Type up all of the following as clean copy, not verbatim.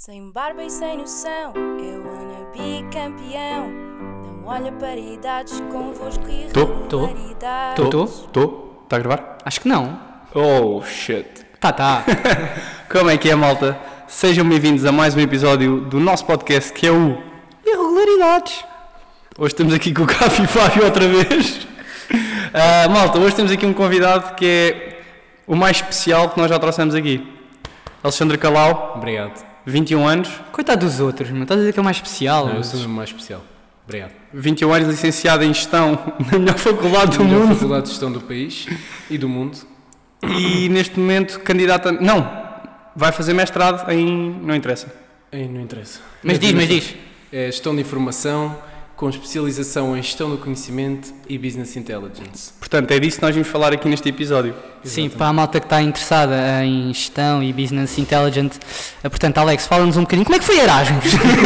Sem barba e sem noção, eu wannabe campeão. Não olha para idades, convosco e regularidades. Estou? Está a gravar? Acho que não. Oh, shit. Tá. Como é que é, malta? Sejam bem-vindos a mais um episódio do nosso podcast, que é o Irregularidades. Hoje estamos aqui com o Cafi e Fábio outra vez. Malta, hoje temos aqui um convidado que é o mais especial que nós já trouxemos aqui. Alexandre Calau. Obrigado. 21 anos. Coitado dos outros, meu. Estás a dizer que é o mais especial? Não, eu sou o mais especial. Obrigado. 21 anos, licenciado em Gestão na melhor faculdade do melhor mundo. faculdade de gestão do país e do mundo. E neste momento candidata... Não, vai fazer mestrado em... Não interessa. Não interessa. Mas diz. É gestão de informação com especialização em gestão do conhecimento e business intelligence. Portanto, é disso que nós vamos falar aqui neste episódio. Sim, Exatamente. para a malta que está interessada em gestão e business intelligence. Portanto, Alex, fala-nos um bocadinho. Como é que foi Erasmus?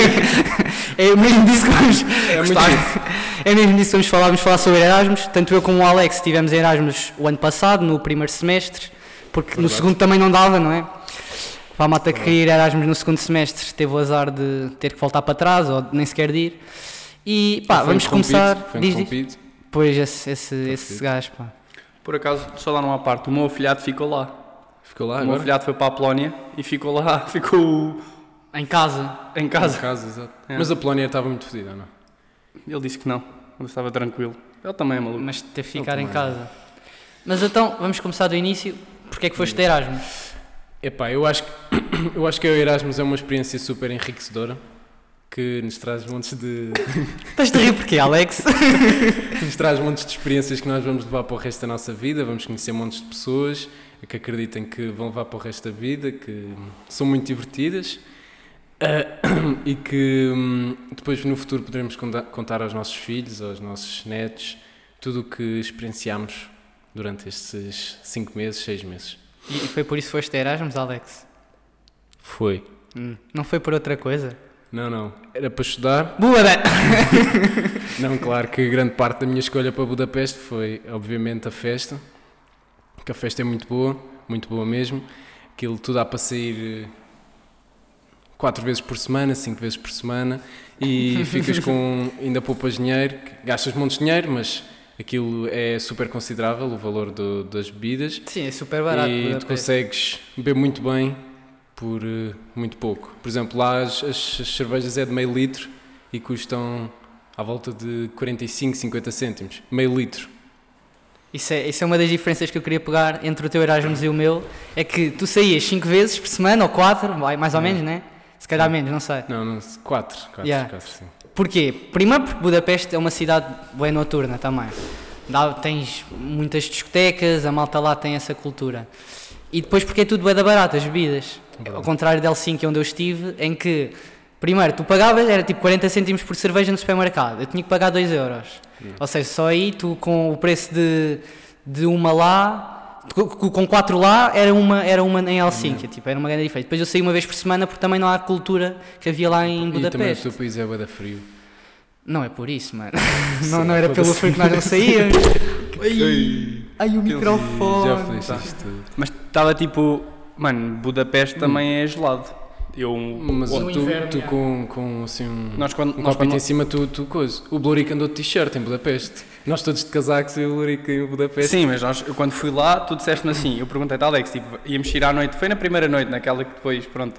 É mesmo disso que vamos... É mesmo disso que vamos falar sobre Erasmus. Tanto eu como o Alex tivemos Erasmus o ano passado, no primeiro semestre, porque no segundo também não dava, não é? Para a malta que queria ir Erasmus no segundo semestre, teve o azar de ter que voltar para trás ou nem sequer de ir. E pá, vamos começar. Foi Diz. interrompido. Pois, esse gajo, pá. Por acaso, só lá numa parte, o meu afilhado ficou lá. Ficou lá O meu agora? afilhado foi para a Polónia e ficou lá, ficou Em casa. em Em casa. casa, exato. É. Mas a Polónia estava muito fodida, não? Ele disse que não, ele estava tranquilo. Ele também é maluco. Mas teve que ficar Ele em também. casa. Mas então, vamos começar do início. Porquê é que foste de Erasmus? Epá, eu acho que o Erasmus é uma experiência super enriquecedora que nos traz montes de Estás-te a rir porquê, Alex? nos traz montes de experiências que nós vamos levar para o resto da nossa vida, vamos conhecer montes de pessoas que acreditam que vão levar para o resto da vida, que são muito divertidas e que depois no futuro poderemos contar aos nossos filhos, aos nossos netos, tudo o que experienciámos durante estes 5 meses, 6 meses. E foi por isso que foste de Erasmus, Alex? Foi. Não foi por outra coisa? Não. Era para estudar. Boa! Não, claro que grande parte da minha escolha para Budapeste foi, obviamente, a festa. Que a festa é muito boa mesmo. Aquilo tudo dá para sair 4 vezes por semana, 5 vezes por semana e ficas com, ainda poupas dinheiro, gastas montes de dinheiro, mas aquilo é super considerável, o valor das bebidas. Sim, é super barato. E tu Budapeste. consegues beber muito bem por muito pouco. Por exemplo, lá as cervejas é de meio litro e custam à volta de 45, 50 cêntimos. Meio litro. Isso é uma das diferenças que eu queria pegar entre o teu Erasmus e o meu. É que tu saías 5 vezes por semana, ou 4, mais ou menos, né? Se calhar menos, não sei. Não, 4, Yeah. sim. Porquê? Primeiro porque Budapeste é uma cidade bem noturna também. Tens muitas discotecas, a malta lá tem essa cultura. E depois porque é tudo bué da barato, as bebidas. Ao contrário de Helsinki, onde eu estive, em que primeiro tu pagavas, era tipo 40 cêntimos por cerveja no supermercado. Eu tinha que pagar 2 euros. Ou seja, só aí tu com o preço de uma lá, com 4 lá, era uma em Helsinki. Tipo, era uma grande diferença. Depois eu saí uma vez por semana porque também não há a cultura que havia lá em E também o Budapeste. teu país é bué da frio. Não é por isso, mano. Não era pelo frio que nós não saíamos. Ai, o microfone. Já fizeste isto tudo. Mas estava tipo... Mano, Budapeste também é gelado. Mas No inverno, tu já. com assim Nós um quando copito em cima, tu coisa. O Bloric andou de t-shirt em Budapeste. Nós todos de casacos e o Bloric em Budapeste. Sim, mas eu quando fui lá, tu disseste-me assim, eu perguntei-te, Alex, tipo, íamos ir à noite, foi na primeira noite, naquela que depois, pronto,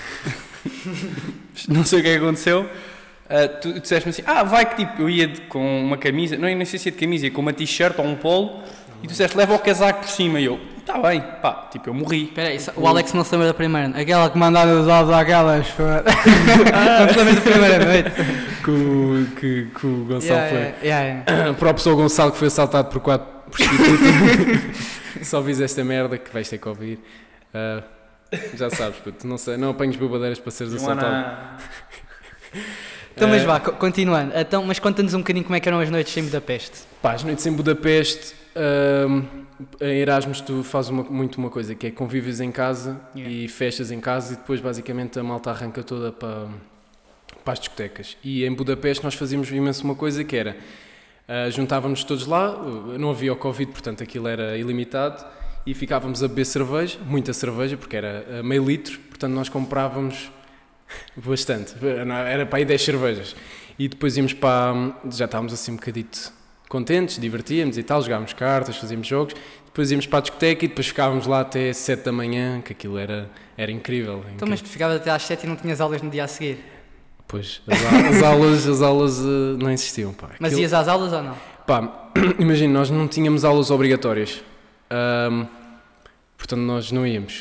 não sei o que é que aconteceu, tu disseste-me assim, vai que tipo, eu ia com uma camisa, não sei se ia de camisa, ia com uma t-shirt ou um polo, e tu disseste, leva o casaco por cima, e eu, está bem, pá, tipo, eu morri. Espera aí, o Alex não se lembra da primeira. Aquela que mandaram os olhos àquelas. Não te lembras da primeira noite? Que o Gonçalo foi. Yeah. Para o pessoal Gonçalo que foi assaltado por 4 prostitutas. Só vis esta merda que vais ter que ouvir. Já sabes, puto, não apanhes bobadeiras para seres assaltado. Então, mas vá, continuando. Então, mas conta-nos um bocadinho como é que eram as noites em Budapeste. Pá, as noites em Budapeste, em Erasmus tu fazes muito uma coisa, que é convives em casa e festas em casa e depois basicamente a malta arranca toda para as discotecas. E em Budapeste nós fazíamos imenso uma coisa que era, juntávamos todos lá, não havia o Covid, portanto aquilo era ilimitado, e ficávamos a beber cerveja, muita cerveja, porque era meio litro, portanto nós comprávamos Bastante. Era para aí 10 cervejas. E depois íamos para... Já estávamos assim um bocadito contentes, divertíamos e tal, jogávamos cartas, fazíamos jogos. Depois íamos para a discoteca e depois ficávamos lá até 7 da manhã, que aquilo era incrível. Então, mas tu ficavas até às 7 e não tinhas aulas no dia a seguir? Pois, as aulas não existiam, pá. Mas ias às aulas ou não? Pá, imagina, nós não tínhamos aulas obrigatórias. Portanto, nós não íamos.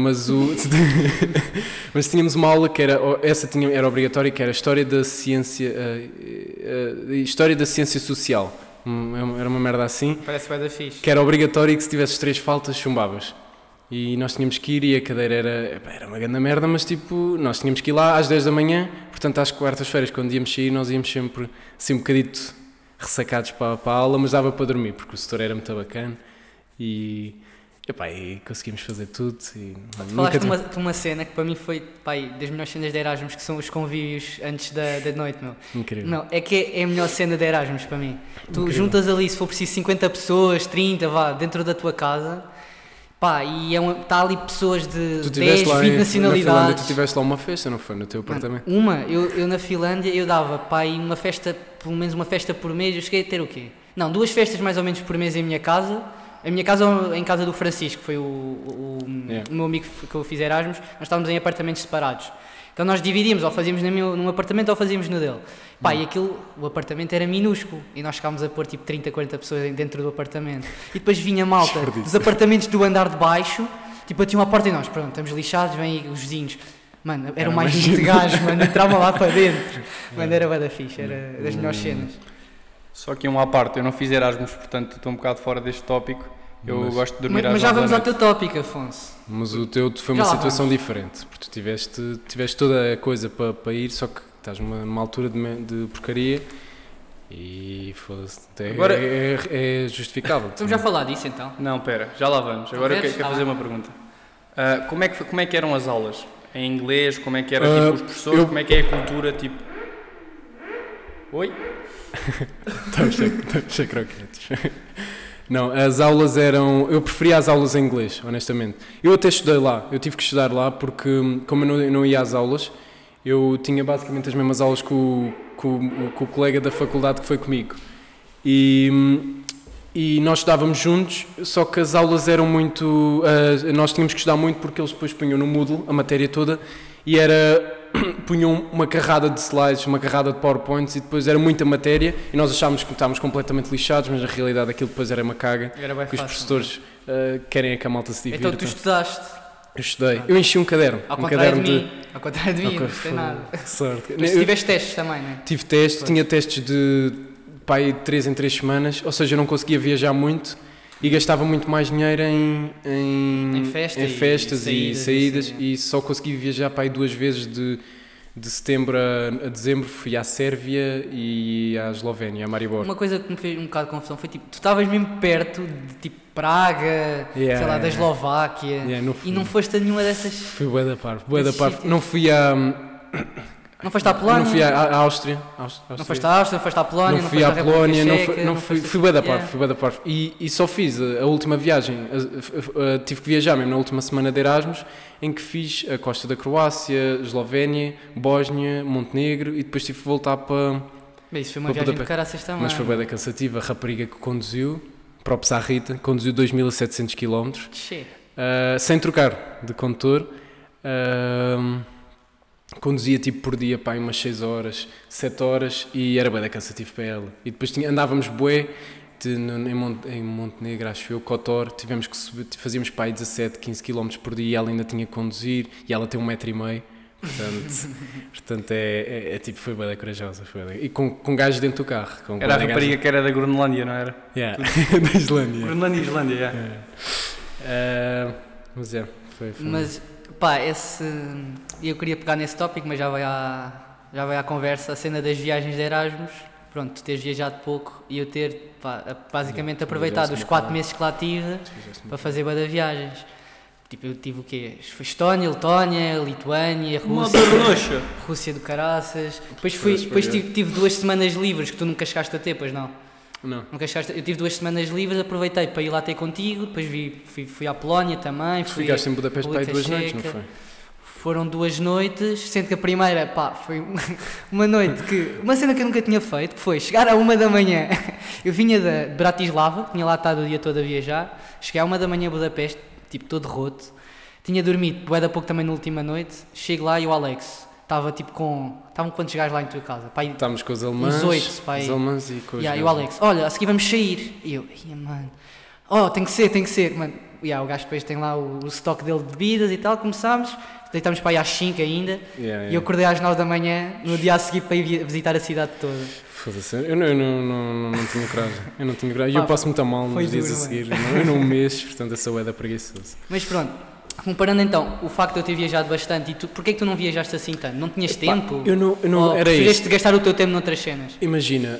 Mas tínhamos uma aula que era obrigatória, que era História da Ciência Social. Era uma merda assim. Parece bem da fixe. Que era obrigatório e que se tivesses 3 faltas, chumbavas. E nós tínhamos que ir e a cadeira era uma grande merda, mas tipo, nós tínhamos que ir lá às 10 da manhã, portanto às quartas-feiras, quando íamos sair, nós íamos sempre assim um bocadito ressacados para a aula, mas dava para dormir, porque o setor era muito bacana e conseguimos fazer tudo. E falaste de uma cena que para mim foi das melhores cenas de Erasmus, que são os convívios antes da noite, meu. Incrível. Não, é que é a melhor cena de Erasmus para mim. Tu Incrível. juntas ali, se for preciso, 50 pessoas, 30, dentro da tua casa, e está ali pessoas de 10, 20 nacionalidades. Na Finlândia tu tiveste lá uma festa, não foi? No teu apartamento? Eu na Finlândia, eu dava uma festa, pelo menos uma festa por mês. Eu cheguei a ter o quê? Não, 2 festas mais ou menos por mês em minha casa. A minha casa em casa do Francisco, que foi o meu amigo que eu fiz Erasmus. Nós estávamos em apartamentos separados. Então nós dividíamos, ou fazíamos num apartamento ou fazíamos no dele. E o apartamento era minúsculo e nós chegámos a pôr tipo 30, 40 pessoas dentro do apartamento. E depois vinha malta dos apartamentos do andar de baixo, tipo batiam à porta e nós, pronto, estamos lixados, vêm aí os vizinhos. Mano, eram mais 20 gajos, mano, entravam lá para dentro. Mano, era bué da fixe, era das melhores cenas. Só que à parte, eu não fiz Erasmus, portanto estou um bocado fora deste tópico. Eu gosto de dormir às 9 da noite. Mas já vamos ao teu tópico, Afonso. Mas o teu foi uma situação diferente, porque tu tiveste toda a coisa para ir, só que estás numa altura de porcaria e foda-se, agora, é justificável. Vamos já falar disso então? Não, pera, já lá vamos. Agora eu quero fazer uma pergunta. Como é que eram as aulas? Em inglês, como é que era tipo, os professores, como é que é a cultura, tipo... Oi? Estamos a croquetes. Não, as aulas eram... Eu preferia as aulas em inglês, honestamente. Eu até estudei lá, eu tive que estudar lá porque, como eu não ia às aulas, eu tinha basicamente as mesmas aulas com o colega da faculdade que foi comigo. E nós estudávamos juntos, só que as aulas eram muito... nós tínhamos que estudar muito porque eles depois punham no Moodle a matéria toda e punham uma carrada de slides, uma carrada de PowerPoints e depois era muita matéria e nós achávamos que estávamos completamente lixados, mas na realidade aquilo depois era uma caga, que os professores querem que a malta se divirta. Então tu estudaste? Eu estudei. Eu enchi um caderno. Ao contrário de mim, não tem nada. Sorte. Mas tiveste testes também, não é? Tive testes, tinha testes de 3 em 3 semanas, ou seja, eu não conseguia viajar muito e gastava muito mais dinheiro em festas e saídas e só consegui viajar para aí 2 vezes de setembro a dezembro. Fui à Sérvia e à Eslovénia, a Maribor. Uma coisa que me fez um bocado de confusão foi tipo, tu estavas mesmo perto de tipo Praga, sei lá, da Eslováquia e não foste a nenhuma dessas... Fui bué da parte. Não fui a... Não foste à Polónia? Não fui à Áustria. Não foste à Áustria, não foste à Polónia, não fui à Polónia, fui bué da parte. E só fiz a última viagem, tive que viajar mesmo na última semana de Erasmus, em que fiz a costa da Croácia, Eslovénia, Bósnia, Montenegro e depois tive que voltar para... Bem, isso foi uma viagem de caraças também. Mas foi bué da cansativa, a rapariga que conduziu, própria à Rita, conduziu 2.700 km, sem trocar de condutor. Conduzia tipo por dia para umas 6 horas, 7 horas e era bem cansativo para ela. E depois andávamos bué em Montenegro, acho eu, Kotor, tivemos que subir, fazíamos para aí 17, 15 km por dia e ela ainda tinha que conduzir e ela tem 1,5 m, portanto tipo, foi bem corajosa. E com gajos dentro do carro. Era a rapariga que era da Groenlândia, não era? Da Islândia. Groenlândia e Islândia, Mas foi. Mas, eu queria pegar nesse tópico, mas já vai à conversa, a cena das viagens de Erasmus. Pronto, tu teres viajado pouco e eu ter basicamente aproveitado os 4 meses que lá tive para fazer bué de viagens. Tipo, eu tive o quê? Foi Estónia, Letónia, Lituânia, Rússia do caraças. Depois tive 2 semanas livres que tu nunca chegaste a ter, pois não? Não. Nunca chegaste, eu tive 2 semanas livres, aproveitei para ir lá ter contigo, depois fui à Polónia também. Ficaste em Budapeste para aí 2 noites, não foi? foram 2 noites, sendo que a primeira, pá, foi uma noite uma cena que eu nunca tinha feito, que foi chegar à 1 da manhã, eu vinha de Bratislava, tinha lá estado o dia todo a viajar, cheguei à 1 da manhã a Budapeste, tipo todo roto, tinha dormido bué da pouco também na última noite, chego lá e o Alex, estava tipo estavam quantos gajos lá em tua casa? Pá, estávamos com os alemães, uns 8, pá, os alemães e com os e o Alex, olha, a seguir vamos sair, e eu, mano, tem que ser, mano, o gajo depois tem lá o estoque dele de bebidas e tal, começámos, deitámos para aí às 5 ainda, e eu acordei às 9 da manhã, no dia a seguir para ir visitar a cidade toda. Foda-se, eu não tinha coragem, e eu passo muito mal nos dias a seguir, eu não mês, portanto eu sou da preguiçoso. Mas pronto, comparando então o facto de eu ter viajado bastante, e porquê é que tu não viajaste assim tanto? Não tinhas tempo? Eu não ou era preferiste gastar o teu tempo noutras cenas? Imagina,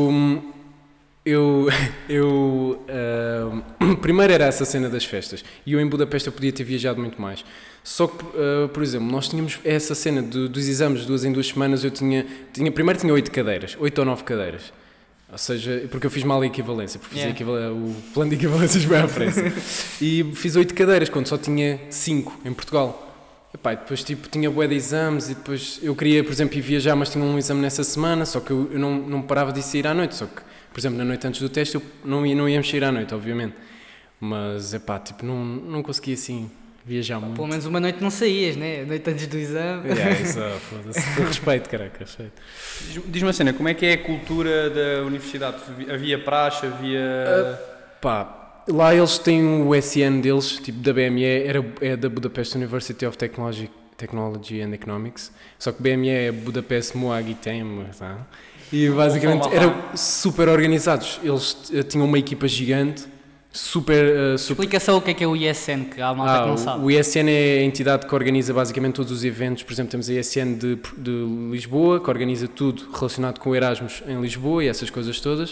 primeiro era essa cena das festas, e eu em Budapeste eu podia ter viajado muito mais. Só que, por exemplo, nós tínhamos essa cena dos exames, 2 em 2 semanas, primeiro tinha 8 cadeiras, 8 ou 9 cadeiras. Ou seja, porque eu fiz mal a equivalência, porque fiz o plano de equivalências bem à frente. E fiz 8 cadeiras, quando só tinha 5 em Portugal. Epá, e depois tinha bué de exames, e depois eu queria, por exemplo, ir viajar, mas tinha um exame nessa semana, só que eu não parava de sair à noite, só que, por exemplo, na noite antes do teste eu não íamos sair à noite, obviamente. Mas, não conseguia assim viajar muito. Pelo menos uma noite não saías, né? A noite antes do exame. Isso, foda-se. Respeito, caraca, respeito. Diz-me uma cena, como é que é a cultura da universidade? Havia praxe, havia... Lá eles têm o SN deles, tipo da BME, é da Budapest University of Technology and Economics, só que BME é Budapest Moagitem, tá? E basicamente eram super organizados, eles tinham uma equipa gigante, super... Explica só o que é o ISN, que há malta que não sabe. O ISN é a entidade que organiza basicamente todos os eventos. Por exemplo, temos a ISN de Lisboa, que organiza tudo relacionado com o Erasmus em Lisboa e essas coisas todas.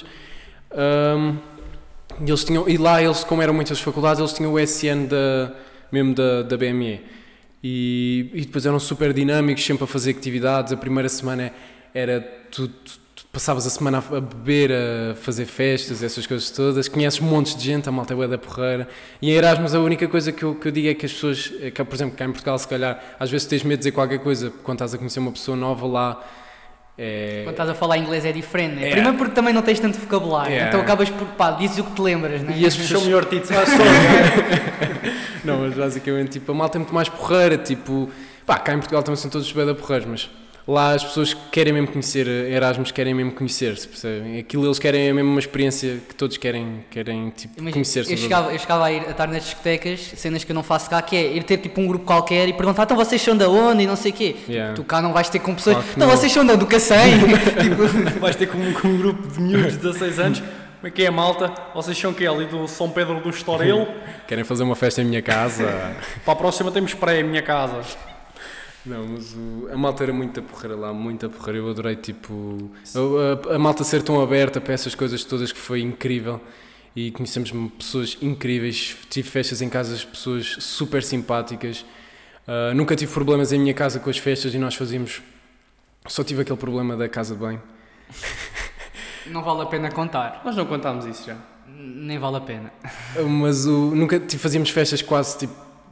E lá, como eram muitas faculdades, eles tinham o ISN mesmo da BME. E depois eram super dinâmicos, sempre a fazer atividades. A primeira semana era tudo... Passavas a semana a beber, a fazer festas, essas coisas todas, conheces montes de gente, a malta é bué da porreira, e em Erasmus a única coisa que eu digo é que as pessoas, por exemplo, cá em Portugal se calhar, às vezes tens medo de dizer qualquer coisa quando estás a conhecer uma pessoa nova lá. Quando estás a falar inglês é diferente, né? Primeiro porque também não tens tanto vocabulário, então acabas por, dizes o que te lembras, né? E as pessoas... São melhor título, Não, mas basicamente, a malta é muito mais porreira, cá em Portugal também são todos bué da porreiros, mas... Lá as pessoas querem mesmo conhecer Erasmus, querem mesmo conhecer-se, percebem? Aquilo eles querem mesmo uma experiência que todos querem conhecer-se. Eu chegava a estar nas discotecas, cenas que eu não faço cá, que é ir ter um grupo qualquer e perguntar, então vocês são da onde e não sei o quê. Tu cá não vais ter com pessoas, então vocês são da do Cacém. Vais ter com um grupo de miúdos de 16 anos. Como é que é a malta? Vocês são que ali do São Pedro do Estoril? Querem fazer uma festa em minha casa? Para a próxima temos praia em minha casa. Não, mas a malta era muita porreira lá, muita porreira. Eu adorei, a malta ser tão aberta para essas coisas todas, que foi incrível. E conhecemos pessoas incríveis. Tive festas em casas de pessoas super simpáticas. Nunca tive problemas em minha casa com as festas e nós fazíamos... Só tive aquele problema da casa de banho. Não vale a pena contar. Nós não contámos isso já. Nem vale a pena. Mas nunca fazíamos festas quase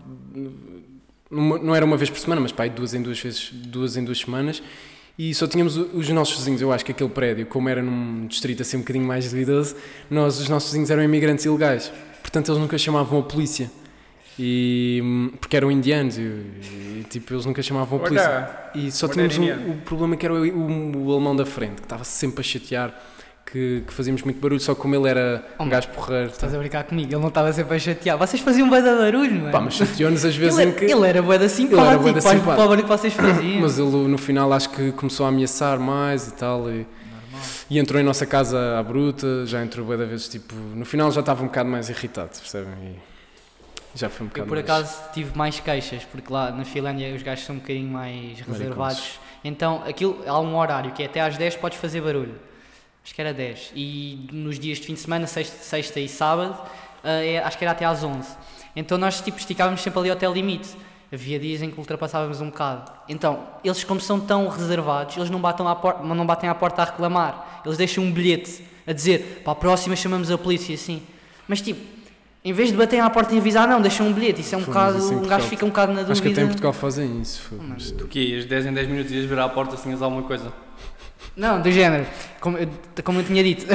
não era uma vez por semana, mas 2 em 2 semanas, e só tínhamos os nossos vizinhos. Eu acho que aquele prédio, como era num distrito assim um bocadinho mais duvidoso, os nossos vizinhos eram imigrantes ilegais, portanto eles nunca chamavam a polícia, porque eram indianos, eles nunca chamavam a polícia. E só tínhamos o problema que era o alemão da frente, que estava sempre a chatear, que fazíamos muito barulho, só como ele era um gajo porreiro. Estás a brincar comigo? Ele não estava sempre a chatear. Vocês faziam bué de barulho, mano. Mas chateou-nos às vezes ele era bué da simpático, para o barulho que vocês faziam. Mas ele no final acho que começou a ameaçar mais e tal, e entrou em nossa casa à bruta, já entrou bué da vezes, no final já estava um bocado mais irritado, percebem? E já foi um bocado. Eu por acaso tive mais queixas, porque lá na Finlândia os gajos são um bocadinho mais reservados. Então há um horário que é até às 10 podes fazer barulho. Acho que era 10, e nos dias de fim de semana, sexta e sábado, acho que era até às 11. Então nós esticávamos sempre ali até o limite. Havia dias em que ultrapassávamos um bocado. Então, eles como são tão reservados, eles não batem à porta a reclamar. Eles deixam um bilhete a dizer, para a próxima chamamos a polícia, assim. Mas em vez de baterem à porta e avisar, não, deixam um bilhete, isso é um bocado, um gajo fica um bocado na dúvida. Acho que até em Portugal fazem isso. Tu que ias 10 em 10 minutos ias virar à porta se tinhas alguma coisa? Não, do género, como eu tinha dito,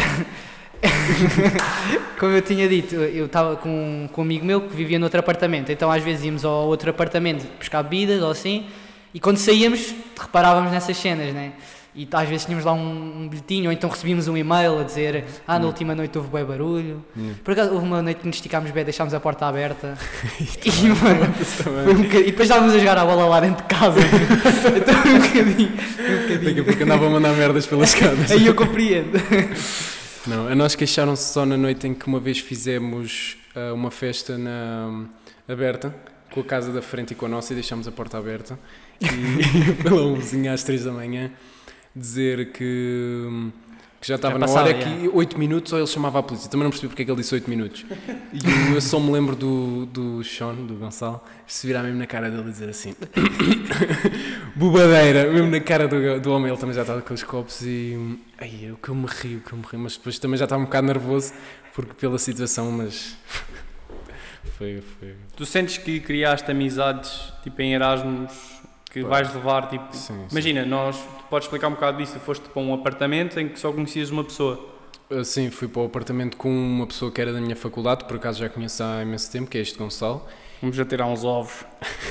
como eu tinha dito, eu estava com um amigo meu que vivia noutro apartamento, então às vezes íamos ao outro apartamento buscar bebidas ou assim, e quando saíamos reparávamos nessas cenas, né? E às vezes tínhamos lá um bilhetinho, ou então recebíamos um e-mail a dizer na última noite houve bem barulho. Por acaso houve uma noite que nos esticámos bem, deixámos a porta aberta e, mano, e depois estávamos a jogar a bola lá dentro de casa. Então um bocadinho. Daqui a pouco andava a mandar merdas pelas escadas. Aí eu compreendo. Não, a nós queixaram-se só na noite em que uma vez fizemos uma festa aberta, com a casa da frente e com a nossa, e deixámos a porta aberta. E pela um vizinho às 3 da manhã dizer que já estava na hora, que 8 minutos, ou ele chamava a polícia. Também não percebi porque é que ele disse 8 minutos. E eu só me lembro do Sean, do Gonçalo, se virar mesmo na cara dele e dizer assim bobadeira, mesmo na cara do homem. Ele também já estava com os copos e o que eu me rio, mas depois também já estava um bocado nervoso porque pela situação, mas foi. Tu sentes que criaste amizades tipo em Erasmus que vais levar, tipo, sim. Imagina, tu podes explicar um bocado disso, foste para um apartamento em que só conhecias uma pessoa. Sim, fui para o apartamento com uma pessoa que era da minha faculdade, por acaso já conheço há imenso tempo, que é este Gonçalo. Vamos já tirar uns ovos.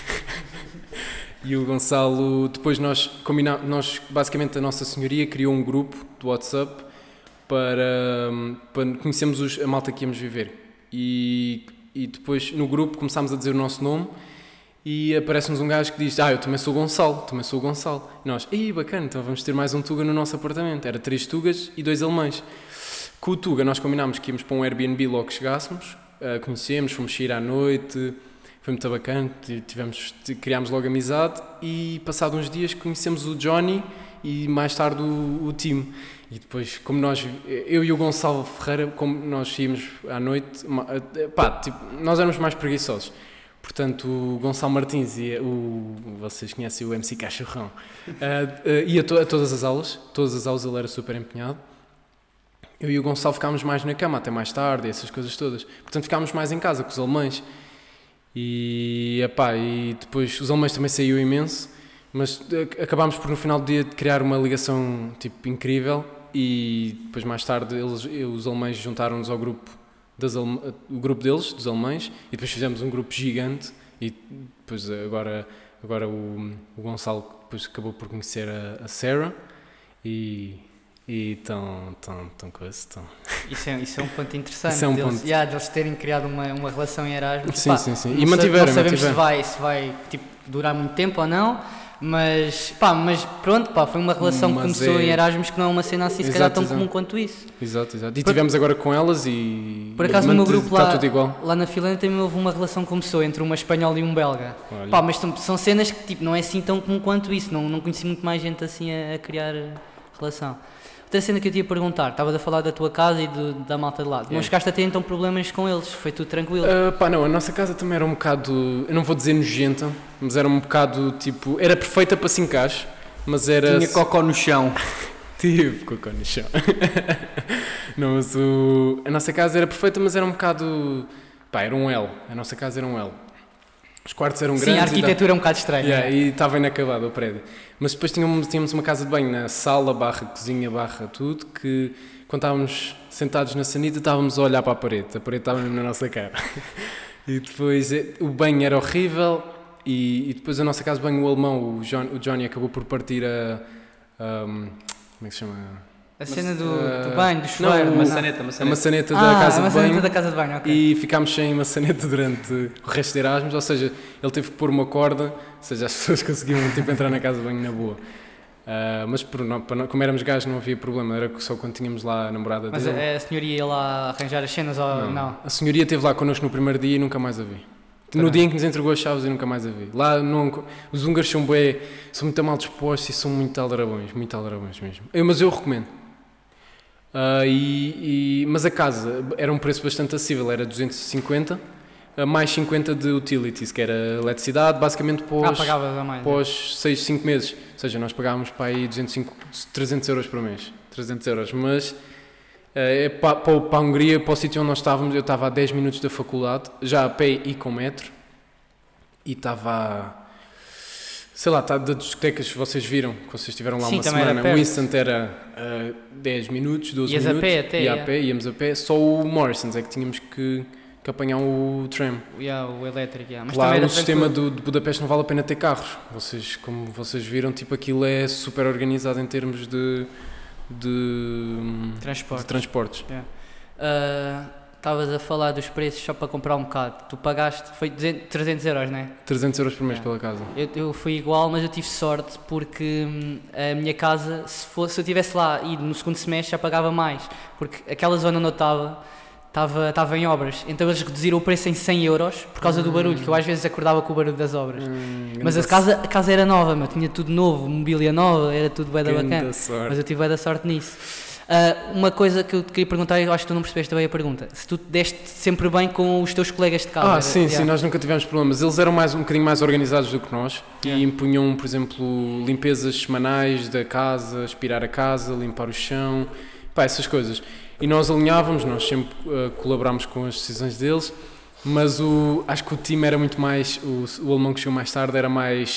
E o Gonçalo, depois nós basicamente a nossa senhoria criou um grupo do WhatsApp para conhecermos a malta que íamos viver. E depois no grupo começámos a dizer o nosso nome. E aparece-nos um gajo que diz, eu também sou o Gonçalo. E nós, bacana, então vamos ter mais um Tuga no nosso apartamento. Era 3 Tugas e 2 alemães. Com o Tuga nós combinámos que íamos para um Airbnb logo que chegássemos, conhecemos, fomos sair à noite, foi muito bacana, criámos logo amizade e passado uns dias conhecemos o Johnny e mais tarde o Tim. E depois, como eu e o Gonçalo Ferreira, como nós íamos à noite, nós éramos mais preguiçosos. Portanto, o Gonçalo Martins vocês conhecem o MC Cachorrão, ia a todas as aulas ele era super empenhado. Eu e o Gonçalo ficámos mais na cama até mais tarde, essas coisas todas. Portanto, ficámos mais em casa com os alemães. E depois os alemães também saiu imenso, mas acabámos por no final do dia de criar uma ligação tipo incrível. E depois mais tarde os alemães juntaram-nos ao grupo. O grupo deles, dos alemães, e depois fizemos um grupo gigante e depois agora o Gonçalo depois acabou por conhecer a Sarah e estão coisa. Isso é um ponto interessante, isso é um deles terem criado uma relação em Erasmus. Sim. E mantiveram. Não sabemos se vai tipo, durar muito tempo ou não. Mas pronto, foi uma relação que começou em Erasmus que não é uma cena assim se calhar tão comum quanto isso. Exato. E tivemos agora com elas e... Por acaso no meu grupo lá na Finlândia também houve uma relação que começou entre uma espanhola e um belga. Mas são cenas que tipo, não é assim tão comum quanto isso, não conheci muito mais gente assim a criar relação. Outra cena que eu te ia perguntar, estavas a falar da tua casa e da malta de lado. Não chegaste a ter então problemas com eles? Foi tudo tranquilo? Não, a nossa casa também era um bocado, eu não vou dizer nojenta, mas era um bocado tipo, era perfeita para 5 gajos, mas era... Tinha cocó no chão. Tive cocó no chão. Não, mas a nossa casa era perfeita, mas era um bocado, era um L, a nossa casa era um L. Os quartos eram grandes. Sim, a arquitetura é um bocado estranha. E estava inacabado o prédio. Mas depois tínhamos uma casa de banho na sala, cozinha, tudo, que quando estávamos sentados na sanita estávamos a olhar para a parede estava mesmo na nossa cara. E depois o banho era horrível e depois a nossa casa de banho, o alemão, o Johnny, acabou por partir como é que se chama? A cena do banho, do chuveiro. A maçaneta da casa de banho. Okay. E ficámos sem maçaneta durante o resto de Erasmus, ou seja, ele teve que pôr uma corda, ou seja, as pessoas conseguiam entrar na casa de banho na boa. Mas como éramos gajos não havia problema, era só quando tínhamos lá a namorada dele. Mas a senhoria ia lá arranjar as cenas ou não? A senhoria esteve lá connosco no primeiro dia e nunca mais a vi. No dia em que nos entregou as chaves eu nunca mais a vi. Lá os húngaros são muito mal dispostos e são muito aldrabões mesmo. Mas eu recomendo. Mas a casa era um preço bastante acessível, era 250, mais 50 de utilities, que era eletricidade, basicamente para os 5 meses. Ou seja, nós pagávamos para aí 300 euros por mês. 300 euros, mas Para a Hungria, para o sítio onde nós estávamos, eu estava a 10 minutos da faculdade, já a pé e com metro, e estava, sei lá, das discotecas que vocês viram, que vocês estiveram lá Sim, uma também era semana, perto. o Instant era 10 minutos, 12 Ias a minutos, pé até, íamos a pé, só o Morrison's é que tínhamos que apanhar o tram. O elétrico, mas Lá também era o sistema tranquilo. de Budapeste não vale a pena ter carros, como vocês viram, tipo, aquilo é super organizado em termos de transportes. Estavas a falar dos preços só para comprar um bocado. Tu pagaste, foi 300 euros, não é? 300 euros por mês pela casa. Eu fui igual, mas eu tive sorte porque a minha casa, se eu estivesse lá ido no segundo semestre, já pagava mais. Porque aquela zona onde eu estava em obras. Então eles reduziram o preço em 100 euros por causa do barulho, que eu às vezes acordava com o barulho das obras. Mas a casa era nova, tinha tudo novo, mobília nova, era tudo bué da bacana. Mas eu tive bué da sorte nisso. Uma coisa que eu te queria perguntar, eu acho que tu não percebeste bem a pergunta. Se tu te deste sempre bem com os teus colegas de casa? Sim, nós nunca tivemos problemas. Eles eram um bocadinho mais organizados do que nós e impunham, por exemplo, limpezas semanais da casa, aspirar a casa, limpar o chão, essas coisas. E nós alinhávamos, nós sempre colaborámos com as decisões deles, mas acho que o time era muito mais, o alemão que chegou mais tarde era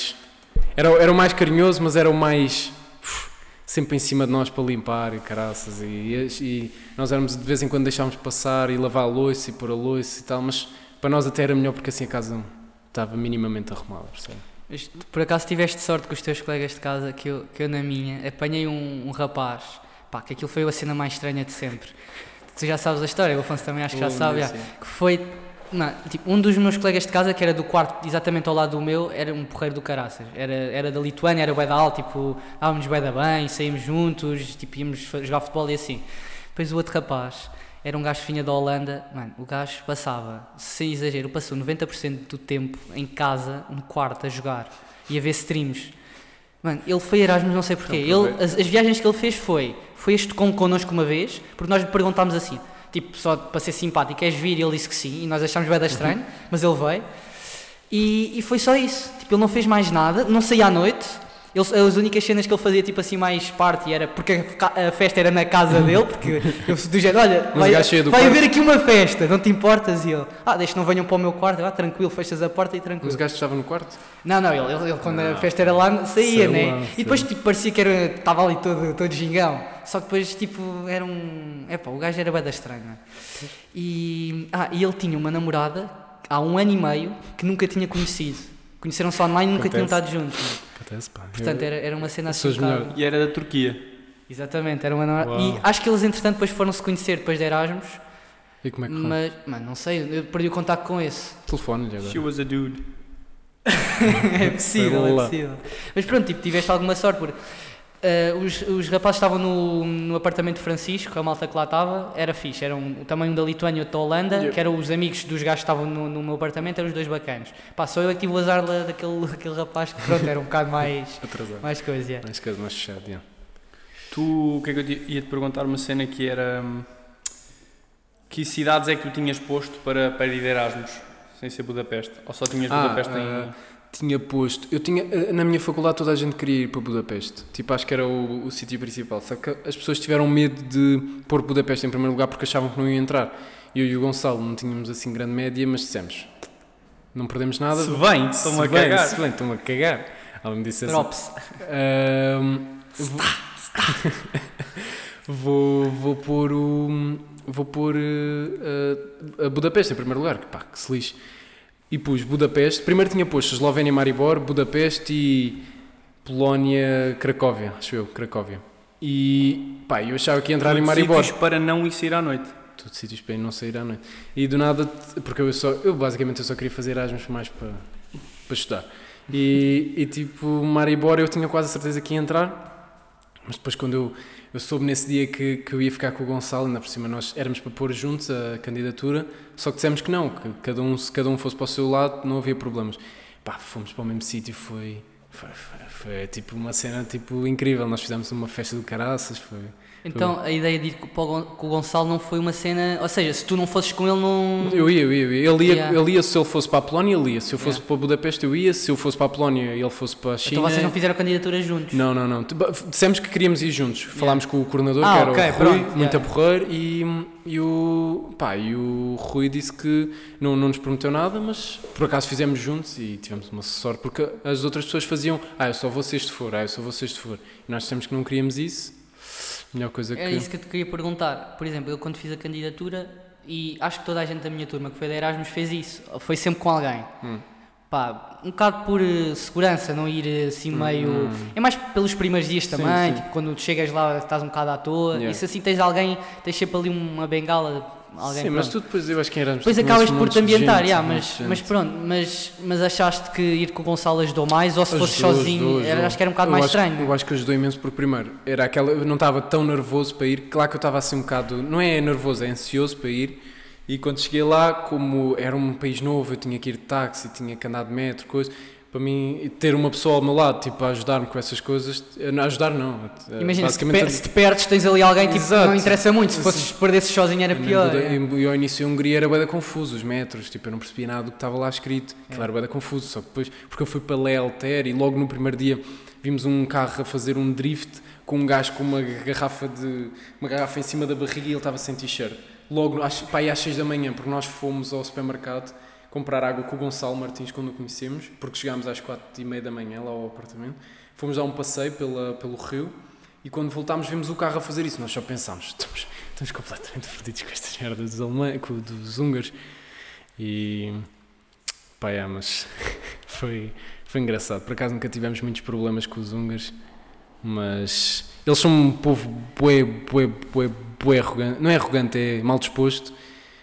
o mais carinhoso, mas era o mais sempre em cima de nós para limpar e caraças, e nós éramos de vez em quando deixávamos passar e lavar a louça e pôr a louça e tal, mas para nós até era melhor porque assim a casa estava minimamente arrumada, percebe? Por acaso tiveste sorte com os teus colegas de casa que eu na minha apanhei um rapaz, que aquilo foi a cena mais estranha de sempre. Tu já sabes a história, o Afonso também acho que já sabe, que foi, um dos meus colegas de casa, que era do quarto exatamente ao lado do meu, era um porreiro do caraças, era da Lituânia, era bué da alto, tipo, dávamos bué da bem, saímos juntos, tipo, íamos jogar futebol e assim. Depois o outro rapaz era um gajo finha da Holanda, o gajo passava, sem exagero, passou 90% do tempo em casa, no quarto, a jogar e a ver streams. Ele foi Erasmus, não sei porquê. As viagens que ele fez foi a Estocolmo connosco uma vez, porque nós lhe perguntámos assim, tipo, só para ser simpático, queres vir? E ele disse que sim, e nós achámos bem estranho, mas ele veio. E foi só isso. Tipo, ele não fez mais nada, não saía à noite. As únicas cenas que ele fazia, tipo assim, mais party era porque a festa era na casa dele, porque eu do género, olha, vai haver aqui uma festa, não te importas? E ele, deixa que não venham para o meu quarto, tranquilo, fechas a porta e tranquilo. Mas o gajo estava no quarto? Não, ele quando a festa era lá, saía, né? E depois, tipo, parecia que estava ali todo gingão. Só que depois, tipo, era o gajo era bué da estranha. E ele tinha uma namorada há 1 ano e meio que nunca tinha conhecido. Conheceram-se online e nunca tinham estado juntos. Portanto, era uma cena assim. E era da Turquia. Exatamente, era uma namorada. E acho que eles, entretanto, depois foram-se conhecer depois de Erasmus. E como é que foi? Mas, não sei, eu perdi o contacto com esse. Telefone-lhe agora. She was a dude. É possível. Mas pronto, tipo, tiveste alguma sorte, porque os rapazes estavam no apartamento de Francisco, a malta que lá estava, era fixe, era também um da Lituânia e outro da Holanda, que eram os amigos dos gajos que estavam no meu apartamento, eram os dois bacanos. Só eu é que tive o azar daquele rapaz que pronto, era um bocado mais mais coisa. Mais fechado, O que é que eu ia-te perguntar, uma cena que era, que cidades é que tu tinhas posto para ir de Erasmus, sem ser Budapeste? Ou só tinhas Budapeste Tinha posto. Na minha faculdade toda a gente queria ir para Budapeste. Tipo, acho que era o sítio principal. Só que as pessoas tiveram medo de pôr Budapeste em primeiro lugar porque achavam que não iam entrar. Eu e o Gonçalo não tínhamos assim grande média, mas dissemos, não perdemos nada. Se bem, estão-me a cagar. Ela disse assim. Props. Vou pôr a Budapeste em primeiro lugar. Que se lixe. E pus Budapeste, primeiro tinha posto Eslovénia, Maribor, Budapeste e Polónia, Cracóvia, acho eu, Cracóvia. E eu achava que ia entrar em Maribor. Sítios para não ir sair à noite. Tudo sítios para não sair à noite. E do nada, porque eu basicamente só queria fazer Erasmus mais para estudar. E tipo, Maribor eu tinha quase a certeza que ia entrar, mas depois quando eu soube nesse dia que eu ia ficar com o Gonçalo, ainda por cima nós éramos para pôr juntos a candidatura, só que dissemos que não, que se cada um fosse para o seu lado não havia problemas. Fomos para o mesmo sítio, foi Foi tipo uma cena tipo incrível. Nós fizemos uma festa do caraças. Então a ideia de ir com o Gonçalo não foi uma cena, ou seja, se tu não fosses com ele não... Eu ia. Ele ia se ele fosse para a Polónia, ele ia. Se eu fosse para Budapeste, eu ia. Se eu fosse para a Polónia e ele fosse para a China... Então vocês não fizeram candidatura juntos? Não. Dissemos que queríamos ir juntos. Falámos com o coordenador, que era o Rui, muito a porrer, e o Rui disse que não nos prometeu nada, mas por acaso fizemos juntos e tivemos uma sorte, porque as outras pessoas faziam, eu só vou se este for, eu só vou se este for. E nós dissemos que não queríamos isso. Melhor coisa Era isso que eu te queria perguntar. Por exemplo, eu quando fiz a candidatura, e acho que toda a gente da minha turma que foi da Erasmus fez isso, foi sempre com alguém. Um bocado por segurança, não ir assim meio... É mais pelos primeiros dias também, tipo, quando chegas lá estás um bocado à toa, e se assim tens alguém, tens sempre ali uma bengala... Alguém, mas tu depois, eu acho que em Erasmus... Depois acabas por te ambientar, mas pronto, mas achaste que ir com o Gonçalo ajudou mais, ou se fosse sozinho, acho que era um bocado mais estranho. Eu acho que ajudou imenso, porque primeiro, era aquela, eu não estava tão nervoso para ir, claro que eu estava assim um bocado, não é nervoso, é ansioso para ir, e quando cheguei lá, como era um país novo, eu tinha que ir de táxi, tinha que andar de metro, coisa... Para mim, ter uma pessoa ao meu lado, tipo, a ajudar-me com essas coisas, não ajudar não. Imagina, se te perdes, tens ali alguém, tipo, não interessa muito, se fosses perdesses sozinho era pior. E ao início a Hungria era bué confuso, os metros, tipo, eu não percebia nada do que estava lá escrito, claro, bué confuso, só que depois, porque eu fui para Lealter e logo no primeiro dia vimos um carro a fazer um drift com um gajo com uma garrafa em cima da barriga e ele estava sem t-shirt. Logo, às 6 da manhã, porque nós fomos ao supermercado comprar água com o Gonçalo Martins quando o conhecemos, porque chegámos às 4h30 da manhã lá ao apartamento, fomos dar um passeio pelo rio e quando voltámos vimos o carro a fazer isso, nós só pensámos, estamos completamente fodidos com estas merdas dos húngaros e mas foi engraçado, por acaso nunca tivemos muitos problemas com os húngaros, mas eles são um povo bué arrogante, não é arrogante, é mal disposto,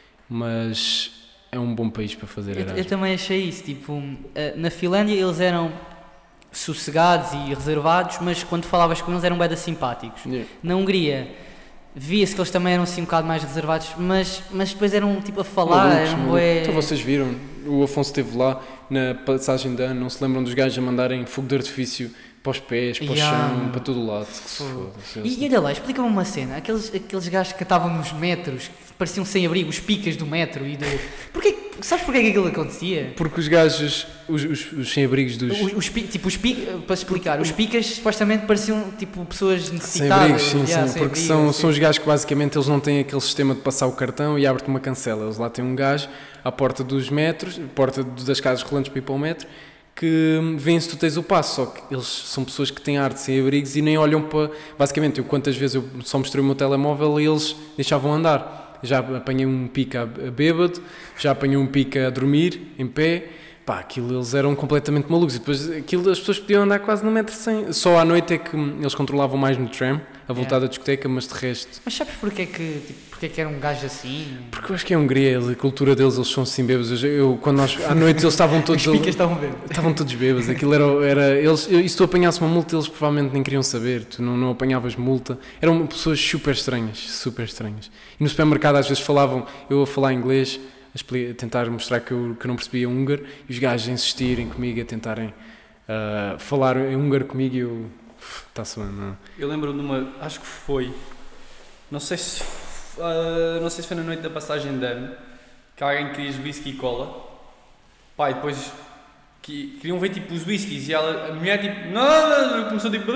mas é um bom país para fazer Erasmus. Eu também achei isso, tipo, na Finlândia eles eram sossegados e reservados, mas quando falavas com eles eram bem simpáticos. Na Hungria via-se que eles também eram assim um bocado mais reservados, mas depois eram tipo a falar, Então vocês viram, o Afonso esteve lá na passagem de ano, não se lembram dos gajos a mandarem fogo de artifício para os pés, para o chão, para todo o lado. E olha lá, explica-me uma cena, aqueles gajos que estavam nos metros, que pareciam sem abrigo, os picas do metro e do... Sabes porquê que aquilo acontecia? Porque os gajos, os sem-abrigos dos... para explicar, os picas supostamente pareciam tipo pessoas necessitadas. Sem-abrigos, sim, porque são os gajos que basicamente eles não têm aquele sistema de passar o cartão e abre-te uma cancela. Eles lá têm um gajo à porta dos metros, porta das casas rolantes para ir para o metro, que vêem se tu tens o passo, só que eles são pessoas que têm arte sem abrigos e nem olham para... Basicamente, quantas vezes eu só mostrei o meu telemóvel e eles deixavam andar. Já apanhei um pica a bêbado, já apanhei um pica a dormir, em pé, aquilo eles eram completamente malucos e depois aquilo as pessoas podiam andar quase no metro sem, só à noite é que eles controlavam mais no tram, a voltar da discoteca, mas de resto... Mas sabes porquê que era um gajo assim? Porque eu acho que é Hungria, a cultura deles, eles são assim bêbados, quando nós, à noite eles estavam todos... Os picas estavam bêbados. Estavam todos bêbados, aquilo era eles, e se tu apanhasse uma multa, eles provavelmente nem queriam saber, tu não apanhavas multa, eram pessoas super estranhas. E no supermercado às vezes eu a falar inglês, a tentar mostrar que eu não percebia húngaro, e os gajos a insistirem comigo, a tentarem falar em húngaro comigo e eu... Está-se bem, não. Eu lembro-me de uma, acho que foi, não sei se foi na noite da passagem de ano, que alguém queria whisky e cola, e depois queriam ver tipo os whiskies e a mulher tipo, não, começou tipo,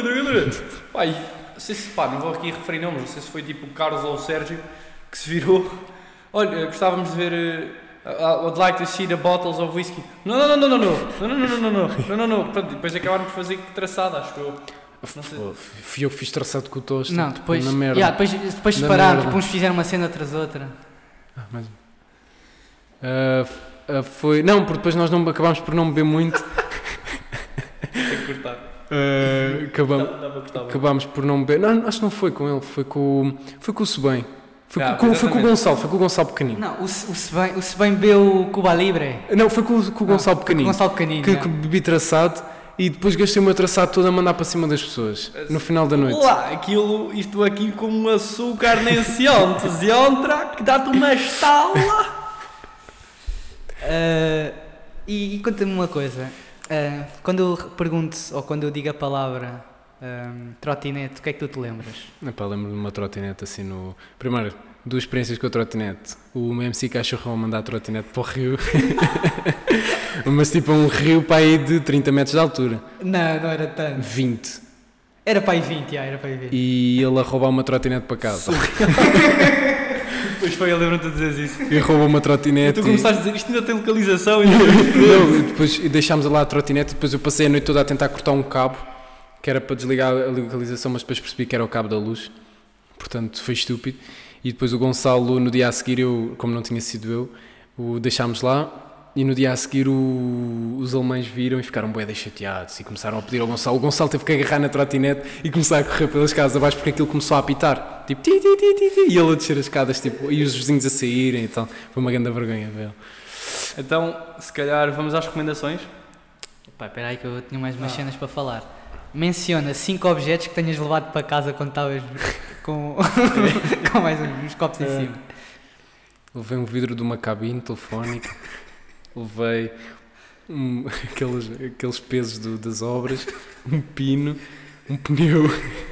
não sei se, não vou aqui referir nomes, não sei se foi tipo o Carlos ou o Sérgio que se virou, olha, gostávamos de ver... I would like to see the bottles of whiskey. Não. Pronto, depois acabaram por fazer traçado, acho eu. Fui eu que fiz traçado com o toast. Não, depois, na merda. depois separámos, tipo, uns fizeram uma cena tras outra. Foi... Não, porque depois nós acabámos por não beber muito. Tem que cortar. Acabámos por não beber. Não, acho que não foi com ele, foi com o Sebem. Foi com o Gonçalo pequenino. Não, o Sebem bebeu Cuba Libre. Não, foi com o Gonçalo pequenino. Que bebi traçado e depois gastei o meu traçado todo a mandar para cima das pessoas no final da noite. Isto aqui como açúcar nem se entra, que dá-te uma estala. E conta-me uma coisa. Quando eu pergunto, ou quando eu digo a palavra trotinete, o que é que tu te lembras? Epá, lembro-me de uma trotinete assim no... Primeiro, duas experiências com a trotinete. O MC Cachorrão a mandar a trotinete para o rio. Mas tipo um rio para aí de 30 metros de altura. Não era tanto. 20. Era para aí 20, era para aí 20. E ele a roubar uma trotinete para casa. Depois foi, eu lembro-te de dizer isso. E roubou uma trotinete. E tu começaste a dizer, isto ainda tem localização. Não, depois deixámos lá a trotinete, depois eu passei a noite toda a tentar cortar um cabo, que era para desligar a localização, mas depois percebi que era o cabo da luz. Portanto, foi estúpido. E depois o Gonçalo, no dia a seguir, como não tinha sido eu, o deixámos lá. E no dia a seguir os alemães viram e ficaram bué chateados e começaram a pedir ao Gonçalo. O Gonçalo teve que agarrar na trotinete e começar a correr pelas casas abaixo porque aquilo começou a apitar. Tipo, ti, ti, ti, ti, ti, e ele a descer as escadas, tipo, e os vizinhos a saírem e tal. Foi uma grande vergonha, velho. Então, se calhar, vamos às recomendações. Pá, espera aí que eu tinha mais umas cenas para falar. Menciona 5 objetos que tenhas levado para casa quando estavas com mais uns copos em cima. Levei um vidro de uma cabine telefónica. Levei aqueles pesos das obras, um pino, um pneu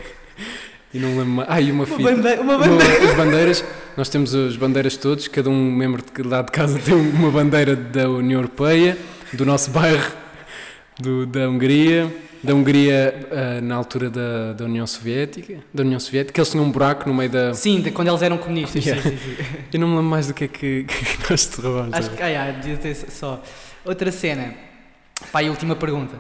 e não lembro mais. E uma fita. Uma bandeira. As bandeiras, nós temos as bandeiras todos, cada um membro lá de casa tem uma bandeira da União Europeia, do nosso bairro, da Hungria na altura da União Soviética, eles tinham um buraco no meio da... Sim, quando eles eram comunistas. Yeah. Sim. Eu não me lembro mais do que é que nós te roubámos. Acho que, devia ter só. Outra cena, pá, e última pergunta.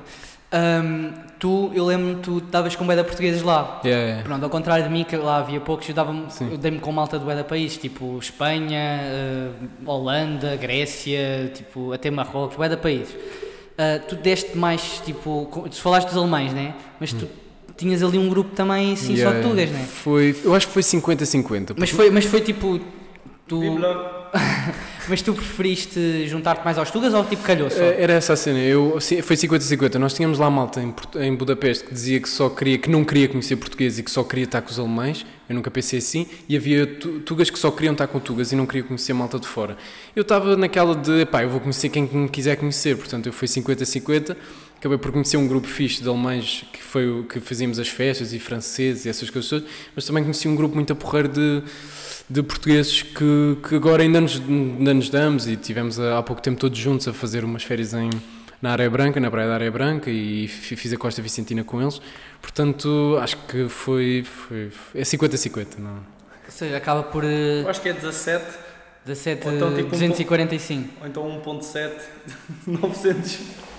Eu lembro-me, tu estavas com bué de portugueses lá. Yeah. Pronto, ao contrário de mim, que lá havia poucos, eu dei-me com malta de bué de países, tipo Espanha, Holanda, Grécia, tipo, até Marrocos, bué de países. Tu deste mais, tipo, tu falaste dos alemães, né? Mas tu tinhas ali um grupo também, assim, só de tugas, né? Eu acho que foi 50-50. Mas foi tipo, mas tu preferiste juntar-te mais aos tugas ou tipo calhou só? Era essa a cena, foi 50-50. Nós tínhamos lá malta em Budapeste que dizia que não queria conhecer português e que só queria estar com os alemães. Eu nunca pensei assim. E havia tugas que só queriam estar com tugas e não queriam conhecer malta de fora. Eu estava naquela de, eu vou conhecer quem me quiser conhecer. Portanto, eu fui 50-50. Acabei por conhecer um grupo fixe de alemães que foi o que fazíamos as festas e franceses e essas coisas todas. Mas também conheci um grupo muito a porreiro de portugueses que agora ainda nos damos e tivemos há pouco tempo todos juntos a fazer umas férias na Areia Branca, na praia da Areia Branca, e fiz a Costa Vicentina com eles. Portanto, acho que é 50-50, não? Ou seja, acaba por... Eu acho que é 17, então, tipo 245. Ou então 1.7, 900.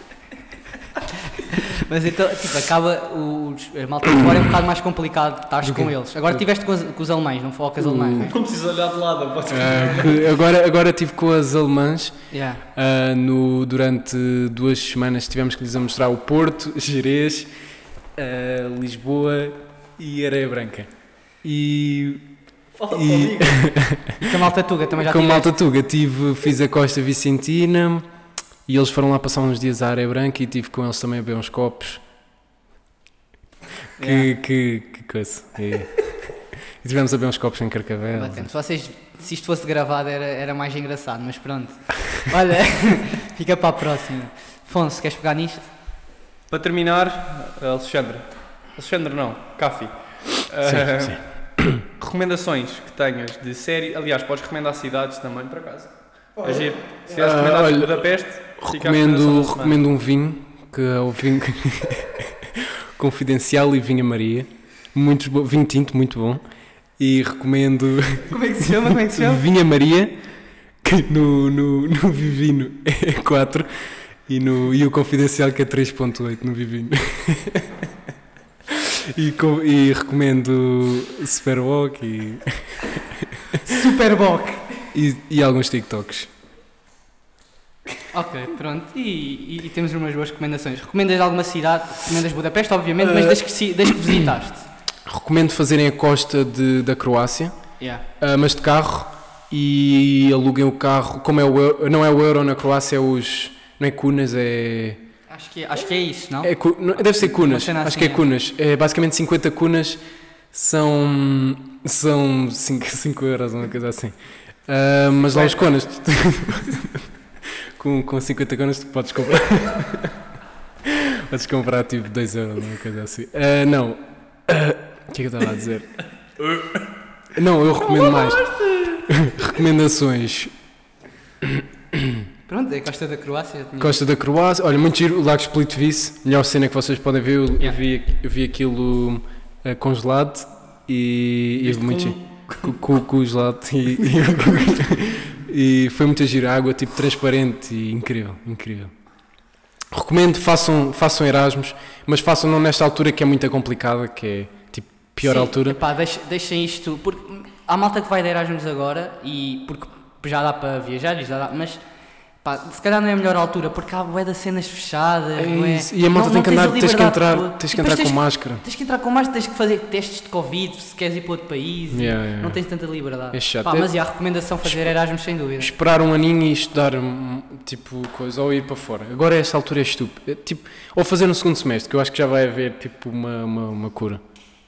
Mas então, tipo, acaba a malta de fora é um bocado mais complicado estar com eles. Agora estiveste com os alemães, não foi com as alemãs, não é? Como preciso olhar de lado, agora estive com as alemãs. Yeah. Durante 2 semanas tivemos que lhes mostrar o Porto, Jerez, Lisboa e Areia Branca. Fala comigo. Com a malta tuga também já com a tiveste? malta tuga fiz a Costa Vicentina. E eles foram lá passar uns dias à Areia Branca e tive com eles também a beber uns copos. Que coisa. E tivemos a beber uns copos em Carcavelos. Se isto fosse gravado era mais engraçado, mas pronto. Olha, fica para a próxima. Afonso, queres pegar nisto? Para terminar, Alexandre não, Cafi. Sim. Recomendações que tenhas de série. Aliás, podes recomendar cidades também, por acaso. Agir. Se queres recomendar Budapeste, recomendo um vinho, que é o vinho Confidencial e Vinha Maria. Muito bom, vinho tinto, muito bom. E recomendo... Como é que se chama? Vinha Maria, que no Vivino é 4 e o Confidencial que é 3.8 no Vivino. E recomendo Superboc e alguns TikToks. Ok, pronto. E temos umas boas recomendações. Recomendas alguma cidade? Recomendas Budapeste, obviamente, mas desde que visitaste? Recomendo fazerem a costa da Croácia, Yeah. Mas de carro, e aluguem o carro. Como é não é o euro na Croácia, não é kunas, é... Acho que é isso, não? Deve ser kunas, Assim, acho que é kunas. É, basicamente 50 kunas são 5 euros, uma coisa assim. Mas lá os kunas... com 50 kunas tu podes comprar. Podes comprar tipo 2€, uma coisa assim. Não. O que é que eu estava a dizer? Não, eu recomendo mais. Recomendações. Pronto, é Costa da Croácia. Costa da Croácia. Olha, muito giro. O Lago Splitvice. Melhor cena que vocês podem ver. Eu vi aquilo congelado e muito giro. Congelado. E foi muito giro. A água tipo transparente e incrível. Incrível. Recomendo, façam Erasmus, mas façam não nesta altura que é muito complicada, que é tipo pior altura. Epá, deixem isto, porque há malta que vai de Erasmus agora e porque já dá para viajar, mas pá, se calhar não é a melhor altura, porque há bué de cenas fechadas. E a malta tem que andar, tens que entrar com máscara. Tens que entrar com máscara, tens que fazer testes de Covid se queres ir para outro país, não tens tanta liberdade. É chato. Pá, mas a recomendação fazer Erasmus sem dúvida. Esperar um aninho e estudar tipo coisa, ou ir para fora. Agora esta altura é estúpido. Tipo, ou fazer no segundo semestre, que eu acho que já vai haver tipo uma cura.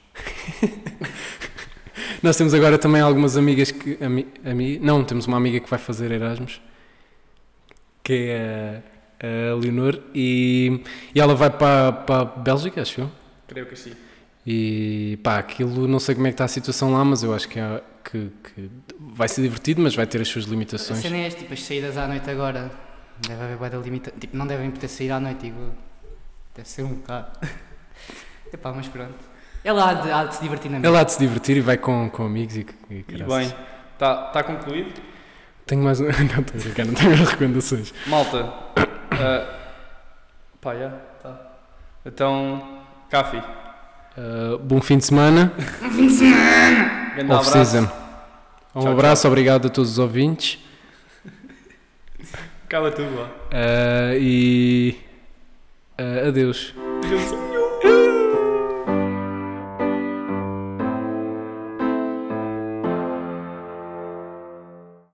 Nós temos agora também algumas amigas que... Não, temos uma amiga que vai fazer Erasmus, que é a Leonor, e ela vai para a Bélgica, acho eu. Creio que sim. E pá, aquilo, não sei como é que está a situação lá, mas eu acho que vai ser divertido, mas vai ter as suas limitações. A cena é tipo, as saídas à noite agora, deve haver bué de limitação, tipo, não devem poder sair à noite, digo, deve ser um bocado. Epá, mas pronto. Ela há de se divertir na mesma. Ela há de se divertir e vai com amigos e bem, está concluído? Tenho mais não estou a brincar, não tenho mais recomendações. Malta, pá, já, tá. Então, Cafi. Bom fim de semana. Bom fim de semana! Grande abraço. Um abraço, obrigado a todos os ouvintes. Acaba tudo lá. E adeus. Adeus.